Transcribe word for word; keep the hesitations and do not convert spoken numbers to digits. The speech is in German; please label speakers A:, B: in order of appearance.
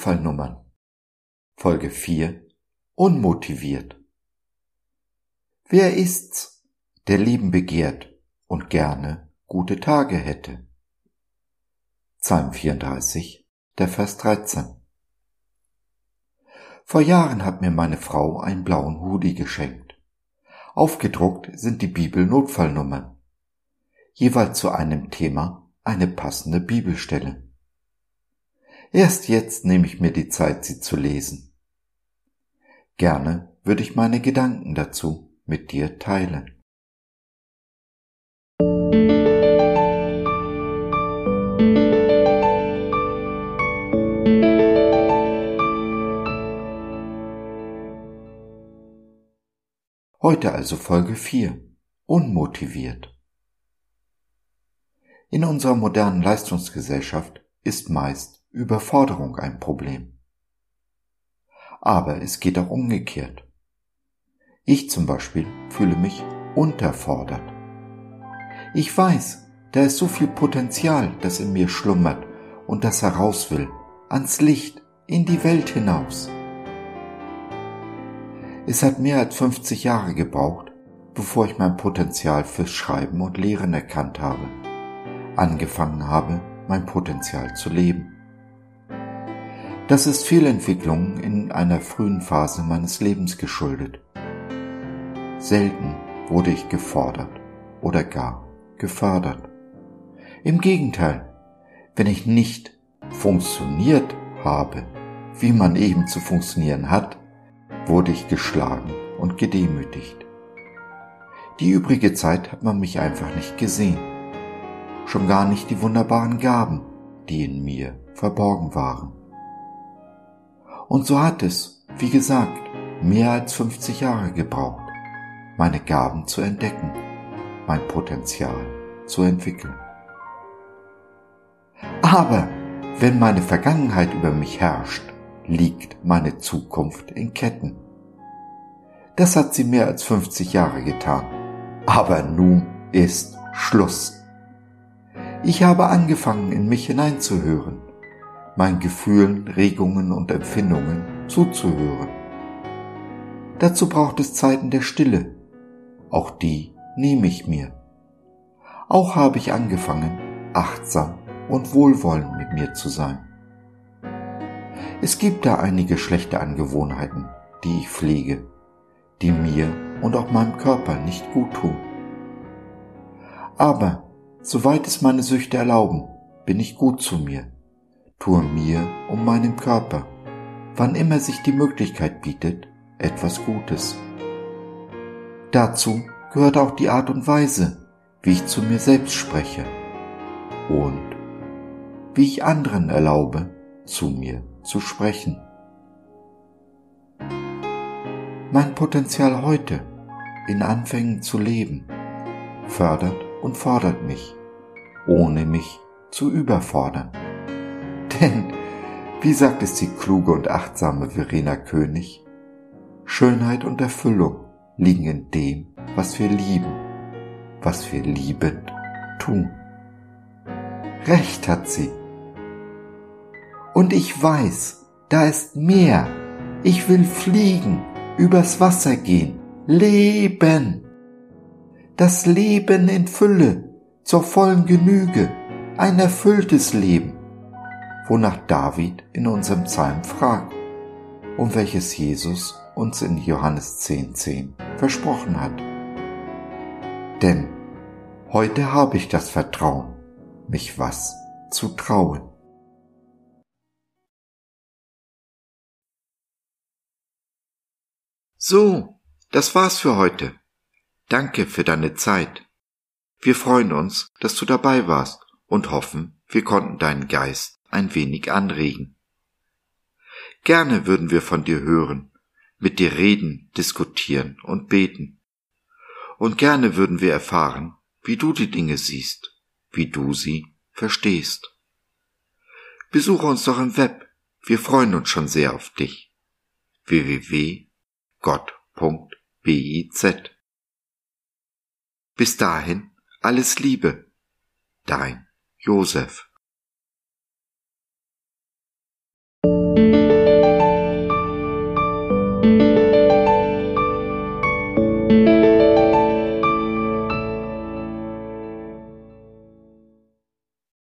A: Notfallnummern. Folge vier. Unmotiviert. Wer ist's, der Leben begehrt und gerne gute Tage hätte? Psalm vierunddreißig, der Vers dreizehn. Vor Jahren hat mir meine Frau einen blauen Hoodie geschenkt. Aufgedruckt sind die Bibel-Notfallnummern. Jeweils zu einem Thema eine passende Bibelstelle. Erst jetzt nehme ich mir die Zeit, sie zu lesen. Gerne würde ich meine Gedanken dazu mit dir teilen. Heute also Folge vier. Unmotiviert. In unserer modernen Leistungsgesellschaft ist meist Überforderung ein Problem. Aber es geht auch umgekehrt. Ich zum Beispiel fühle mich unterfordert. Ich weiß, da ist so viel Potenzial, das in mir schlummert und das heraus will, ans Licht, in die Welt hinaus. Es hat mehr als fünfzig Jahre gebraucht, bevor ich mein Potenzial fürs Schreiben und Lehren erkannt habe, angefangen habe, mein Potenzial zu leben. Das ist Fehlentwicklungen in einer frühen Phase meines Lebens geschuldet. Selten wurde ich gefordert oder gar gefördert. Im Gegenteil, wenn ich nicht funktioniert habe, wie man eben zu funktionieren hat, wurde ich geschlagen und gedemütigt. Die übrige Zeit hat man mich einfach nicht gesehen. Schon gar nicht die wunderbaren Gaben, die in mir verborgen waren. Und so hat es, wie gesagt, mehr als fünfzig Jahre gebraucht, meine Gaben zu entdecken, mein Potenzial zu entwickeln. Aber wenn meine Vergangenheit über mich herrscht, liegt meine Zukunft in Ketten. Das hat sie mehr als fünfzig Jahre getan. Aber nun ist Schluss. Ich habe angefangen, in mich hineinzuhören, meinen Gefühlen, Regungen und Empfindungen zuzuhören. Dazu braucht es Zeiten der Stille. Auch die nehme ich mir. Auch habe ich angefangen, achtsam und wohlwollend mit mir zu sein. Es gibt da einige schlechte Angewohnheiten, die ich pflege, die mir und auch meinem Körper nicht gut tun. Aber soweit es meine Süchte erlauben, bin ich gut zu mir, tue mir und meinem Körper, wann immer sich die Möglichkeit bietet, etwas Gutes. Dazu gehört auch die Art und Weise, wie ich zu mir selbst spreche und wie ich anderen erlaube, zu mir zu sprechen. Mein Potenzial heute, in Anfängen zu leben, fördert und fordert mich, ohne mich zu überfordern. Denn, wie sagt es die kluge und achtsame Verena König, Schönheit und Erfüllung liegen in dem, was wir lieben, was wir liebend tun. Recht hat sie. Und ich weiß, da ist mehr. Ich will fliegen, übers Wasser gehen, leben. Das Leben in Fülle, zur vollen Genüge, ein erfülltes Leben, wonach David in unserem Psalm fragt und welches Jesus uns in Johannes zehn zehn versprochen hat. Denn heute habe ich das Vertrauen, mich was zu trauen. So, das war's für heute. Danke für deine Zeit. Wir freuen uns, dass du dabei warst und hoffen, wir konnten deinen Geist ein wenig anregen. Gerne würden wir von dir hören, mit dir reden, diskutieren und beten. Und gerne würden wir erfahren, wie du die Dinge siehst, wie du sie verstehst. Besuche uns doch im Web, wir freuen uns schon sehr auf dich. w w w punkt gott punkt biz. Bis dahin, alles Liebe, dein Josef. Musik.